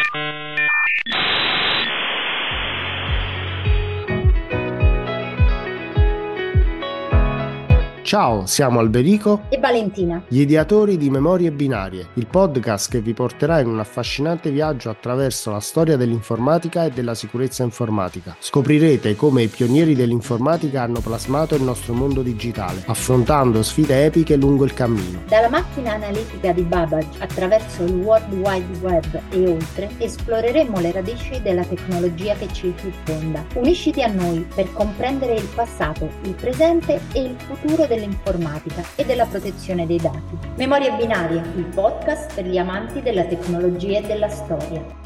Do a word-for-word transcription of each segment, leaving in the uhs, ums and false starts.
Ciao, siamo Alberico e Valentina, gli ideatori di Memorie Binarie, il podcast che vi porterà in un affascinante viaggio attraverso la storia dell'informatica e della sicurezza informatica. Scoprirete come i pionieri dell'informatica hanno plasmato il nostro mondo digitale, affrontando sfide epiche lungo il cammino. Dalla macchina analitica di Babbage attraverso il World Wide Web e oltre, esploreremo le radici della tecnologia che ci circonda. Unisciti a noi per comprendere il passato, il presente e il futuro dell'informatica e della protezione dei dati. Memorie Binarie, il podcast per gli amanti della tecnologia e della storia.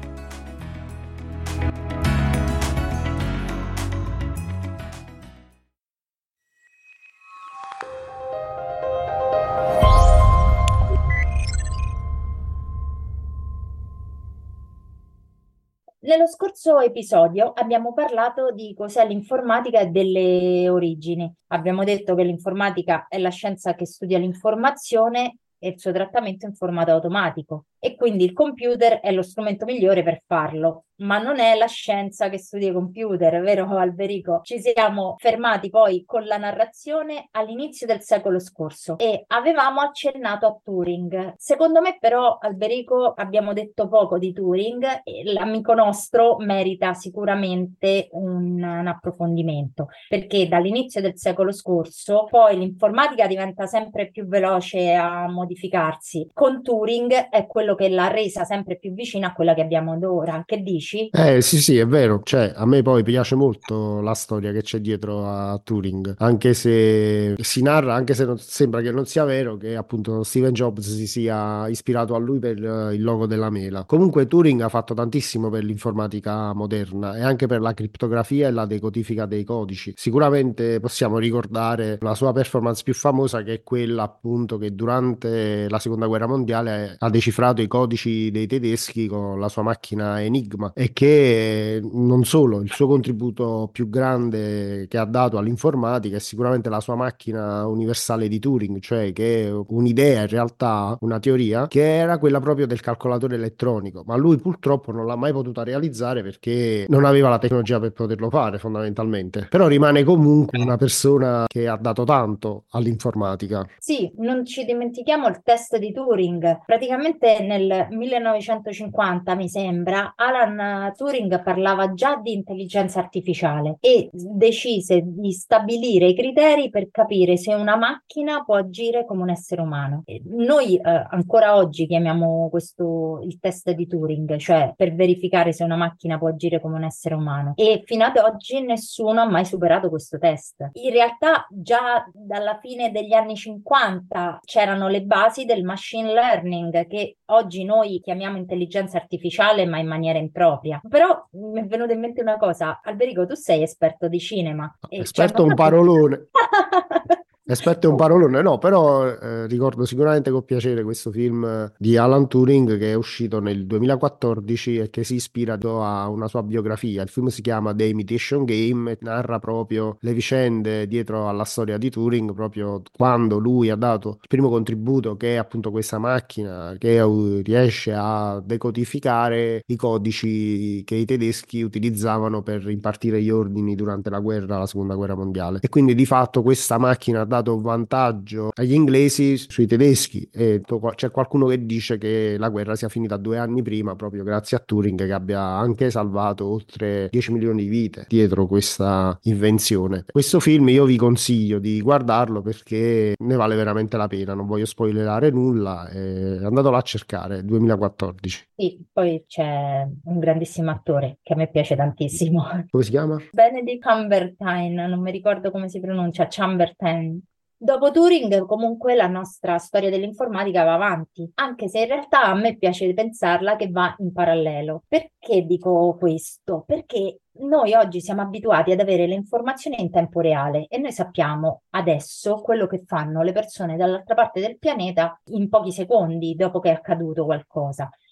Nello scorso episodio abbiamo parlato di cos'è l'informatica e delle origini. Abbiamo detto che l'informatica è la scienza che studia l'informazione e il suo trattamento in formato automatico, e quindi il computer è lo strumento migliore per farlo. Ma non è la scienza che studia i computer, vero Alberico? Ci siamo fermati poi con la narrazione all'inizio del secolo scorso e avevamo accennato a Turing. Secondo me però, Alberico, abbiamo detto poco di Turing e l'amico nostro merita sicuramente un, un approfondimento, perché dall'inizio del secolo scorso poi l'informatica diventa sempre più veloce a modificarsi. Con Turing è quello che l'ha resa sempre più vicina a quella che abbiamo ad ora. Che dici? Eh sì sì, è vero, cioè a me poi piace molto la storia che c'è dietro a Turing, anche se si narra, anche se non, sembra che non sia vero, che appunto Steven Jobs si sia ispirato a lui per eh, il logo della mela. Comunque Turing ha fatto tantissimo per l'informatica moderna e anche per la criptografia e la decodifica dei codici. Sicuramente possiamo ricordare la sua performance più famosa, che è quella appunto che durante la seconda guerra mondiale ha decifrato i codici dei tedeschi con la sua macchina Enigma, e che non solo il suo contributo più grande che ha dato all'informatica è sicuramente la sua macchina universale di Turing, cioè che è un'idea, in realtà una teoria, che era quella proprio del calcolatore elettronico, ma lui purtroppo non l'ha mai potuta realizzare perché non aveva la tecnologia per poterlo fare fondamentalmente. Però rimane comunque una persona che ha dato tanto all'informatica. Sì, non ci dimentichiamo il test di Turing. Praticamente nel millenovecentocinquanta, mi sembra, Alan Turing parlava già di intelligenza artificiale e decise di stabilire i criteri per capire se una macchina può agire come un essere umano. E noi eh, ancora oggi chiamiamo questo il test di Turing, cioè per verificare se una macchina può agire come un essere umano. E fino ad oggi nessuno ha mai superato questo test. In realtà già dalla fine degli anni cinquanta c'erano le basi del machine learning, che oggi noi chiamiamo intelligenza artificiale ma in maniera impropria. Però mi è venuta in mente una cosa: Alberico, tu sei esperto di cinema e ci Esperto hanno è un fatto... parolone. Esperto è un parolone, no, però eh, ricordo sicuramente con piacere questo film eh, di Alan Turing, che è uscito nel duemilaquattordici e che si ispira a una sua biografia. Il film si chiama The Imitation Game e narra proprio le vicende dietro alla storia di Turing, proprio quando lui ha dato il primo contributo, che è appunto questa macchina che eh, riesce a decodificare i codici che i tedeschi utilizzavano per impartire gli ordini durante la guerra, la seconda guerra mondiale. E quindi di fatto questa macchina ha dato un vantaggio agli inglesi sui tedeschi, e to- c'è qualcuno che dice che la guerra sia finita due anni prima proprio grazie a Turing, che abbia anche salvato oltre dieci milioni di vite dietro questa invenzione. Questo film io vi consiglio di guardarlo perché ne vale veramente la pena, non voglio spoilerare nulla, eh, andatelo a cercare, duemilaquattordici. Sì, poi c'è un grandissimo attore che a me piace tantissimo. Come si chiama? Benedict Cumbertine, non mi ricordo come si pronuncia, Chamberlain. Dopo Turing, comunque, la nostra storia dell'informatica va avanti, anche se in realtà a me piace pensarla che va in parallelo. Perché dico questo? Perché noi oggi siamo abituati ad avere le informazioni in tempo reale e noi sappiamo adesso quello che fanno le persone dall'altra parte del pianeta in pochi secondi dopo che è accaduto qualcosa.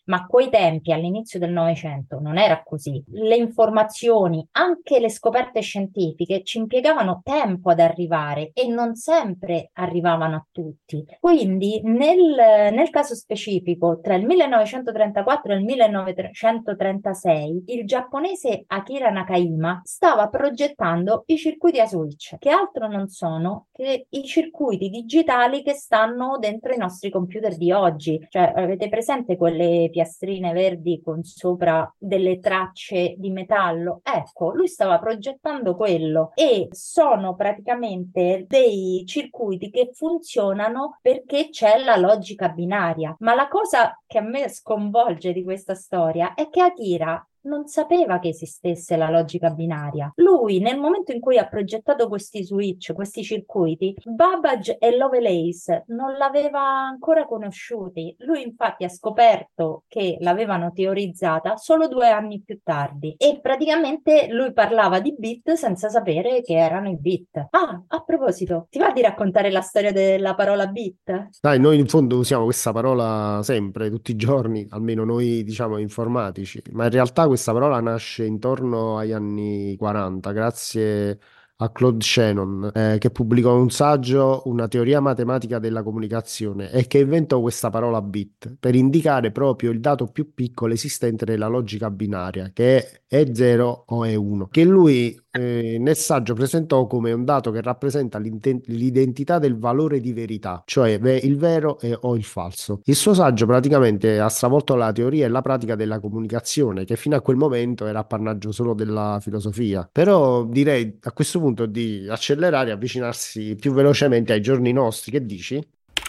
ma a quei tempi, all'inizio del Novecento, non era così. Le informazioni, anche le scoperte scientifiche, ci impiegavano tempo ad arrivare e non sempre arrivavano a tutti. Quindi, nel, nel caso specifico, tra il millenovecentotrentaquattro e il millenovecentotrentasei, il giapponese Akira Nakajima stava progettando i circuiti a switch, che altro non sono che i circuiti digitali che stanno dentro i nostri computer di oggi. Cioè, avete presente quelle piastrine verdi con sopra delle tracce di metallo? Ecco, lui stava progettando quello e sono praticamente dei circuiti che funzionano perché c'è la logica binaria. Ma la cosa che a me sconvolge di questa storia è che Akira non sapeva che esistesse la logica binaria. Lui, nel momento in cui ha progettato questi switch, questi circuiti, Babbage e Lovelace non l'aveva ancora conosciuti. Lui infatti ha scoperto che l'avevano teorizzata solo due anni più tardi e praticamente lui parlava di bit senza sapere che erano i bit. Ah, a proposito, ti va di raccontare la storia della parola bit? Dai, noi in fondo usiamo questa parola sempre, tutti i giorni, almeno noi diciamo informatici, ma in realtà questa parola nasce intorno agli anni quaranta, grazie a Claude Shannon, eh, che pubblicò un saggio, una teoria matematica della comunicazione, e che inventò questa parola bit per indicare proprio il dato più piccolo esistente nella logica binaria, che è è zero o è uno, che lui eh, nel saggio presentò come un dato che rappresenta l'inten- l'identità del valore di verità, cioè ve- il vero e- o il falso. Il suo saggio praticamente ha stravolto la teoria e la pratica della comunicazione, che fino a quel momento era appannaggio solo della filosofia. Però direi a questo punto di accelerare e avvicinarsi più velocemente ai giorni nostri. Che dici?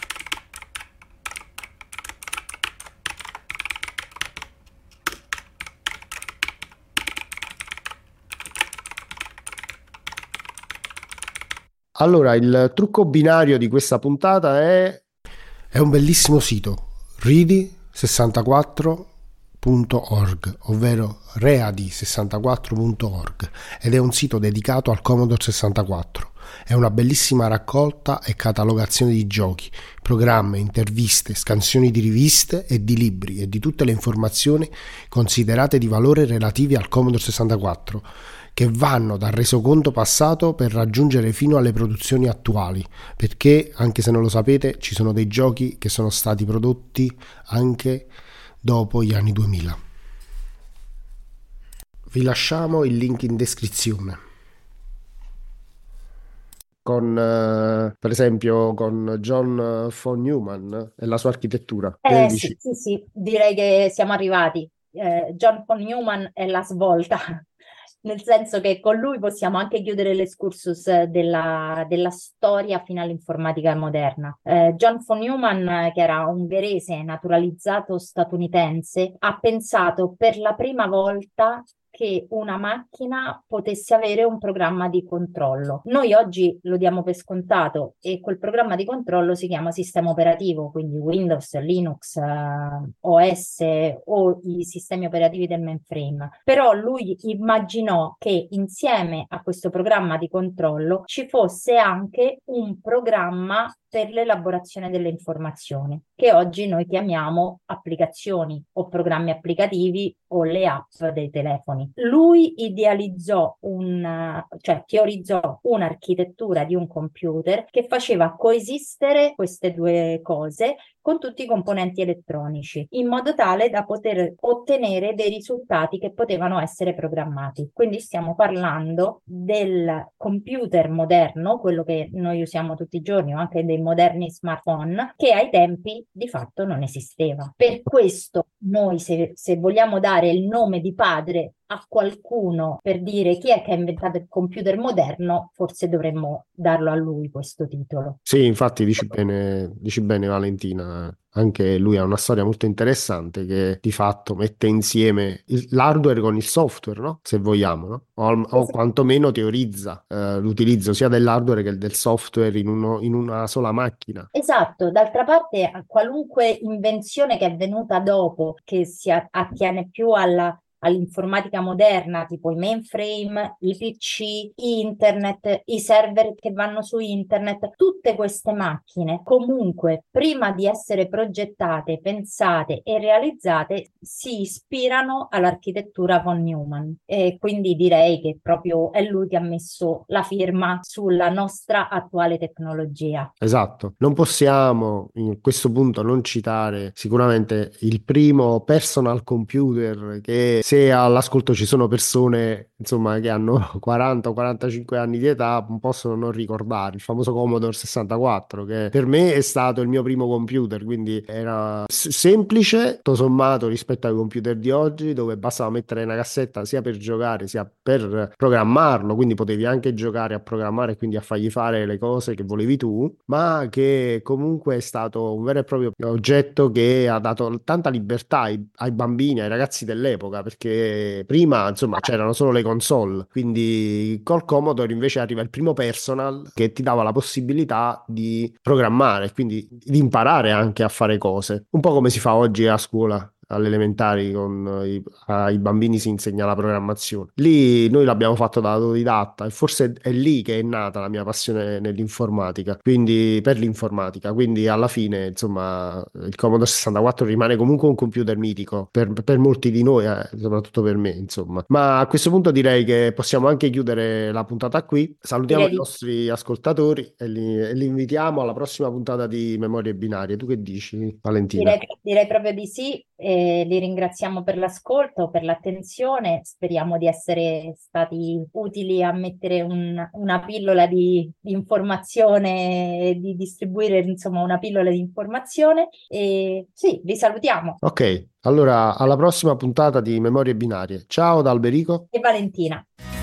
Allora, il trucco binario di questa puntata è È un bellissimo sito, ready sessantaquattro punto org, ovvero readi sessantaquattro punto org, ed è un sito dedicato al Commodore sessantaquattro. È una bellissima raccolta e catalogazione di giochi, programmi, interviste, scansioni di riviste e di libri e di tutte le informazioni considerate di valore relative al Commodore sessantaquattro, che vanno dal resoconto passato per raggiungere fino alle produzioni attuali, perché anche se non lo sapete ci sono dei giochi che sono stati prodotti anche dopo gli anni duemila. Vi lasciamo il link in descrizione con eh, per esempio con John von Neumann e la sua architettura. Che ne Eh sì, dici? sì, sì, direi che siamo arrivati. Eh, John von Neumann è la svolta, nel senso che con lui possiamo anche chiudere l'excursus della, della storia fino all'informatica moderna. Eh, John von Neumann, eh, che era ungherese naturalizzato statunitense, ha pensato per la prima volta che una macchina potesse avere un programma di controllo. Noi oggi lo diamo per scontato e quel programma di controllo si chiama sistema operativo, quindi Windows, Linux, eh, O S o i sistemi operativi del mainframe. Però lui immaginò che insieme a questo programma di controllo ci fosse anche un programma per l'elaborazione delle informazioni, che oggi noi chiamiamo applicazioni o programmi applicativi o le app dei telefoni. Lui idealizzò un, cioè teorizzò un'architettura di un computer che faceva coesistere queste due cose con tutti i componenti elettronici, in modo tale da poter ottenere dei risultati che potevano essere programmati. Quindi stiamo parlando del computer moderno, quello che noi usiamo tutti i giorni, o anche dei moderni smartphone, che ai tempi di fatto non esisteva. Per questo noi, se, se vogliamo dare il nome di padre a qualcuno per dire chi è che ha inventato il computer moderno, forse dovremmo darlo a lui questo titolo. Sì, infatti dici bene, dici bene Valentina, anche lui ha una storia molto interessante che di fatto mette insieme il- l'hardware con il software, no? Se vogliamo, no? O, al- o quantomeno teorizza eh, l'utilizzo sia dell'hardware che del software in, uno- in una sola macchina. Esatto, d'altra parte a qualunque invenzione che è venuta dopo, che si a- attiene più alla all'informatica moderna, tipo i mainframe, i P C, internet, i server che vanno su internet, tutte queste macchine comunque prima di essere progettate, pensate e realizzate si ispirano all'architettura von Neumann, e quindi direi che proprio è lui che ha messo la firma sulla nostra attuale tecnologia. Esatto, non possiamo in questo punto non citare sicuramente il primo personal computer che, se all'ascolto ci sono persone insomma che hanno quaranta o quarantacinque anni di età, non possono non ricordare il famoso Commodore sessantaquattro, che per me è stato il mio primo computer, quindi era s- semplice tutto sommato rispetto ai computer di oggi, dove bastava mettere una cassetta sia per giocare sia per programmarlo, quindi potevi anche giocare a programmare e quindi a fargli fare le cose che volevi tu, ma che comunque è stato un vero e proprio oggetto che ha dato tanta libertà ai, ai bambini, ai ragazzi dell'epoca, perché prima insomma c'erano solo le console, quindi col Commodore invece arriva il primo personal che ti dava la possibilità di programmare, quindi di imparare anche a fare cose, un po' come si fa oggi a scuola. Alle elementari con eh, i, ai bambini si insegna la programmazione. Lì noi l'abbiamo fatto da autodidatta e forse è lì che è nata la mia passione nell'informatica, quindi per l'informatica. Quindi alla fine, insomma, il Commodore sessantaquattro rimane comunque un computer mitico per, per molti di noi, eh, soprattutto per me, insomma. Ma a questo punto direi che possiamo anche chiudere la puntata qui. Salutiamo Direi i di nostri ascoltatori e li, e li invitiamo alla prossima puntata di Memorie Binarie. Tu che dici, Valentina? Direi, direi proprio di sì, e li ringraziamo per l'ascolto, per l'attenzione. Speriamo di essere stati utili a mettere un- una pillola di, di informazione e di distribuire, insomma, una pillola di informazione. E sì, vi salutiamo. Ok, allora alla prossima puntata di Memorie Binarie. Ciao da Alberico. E Valentina.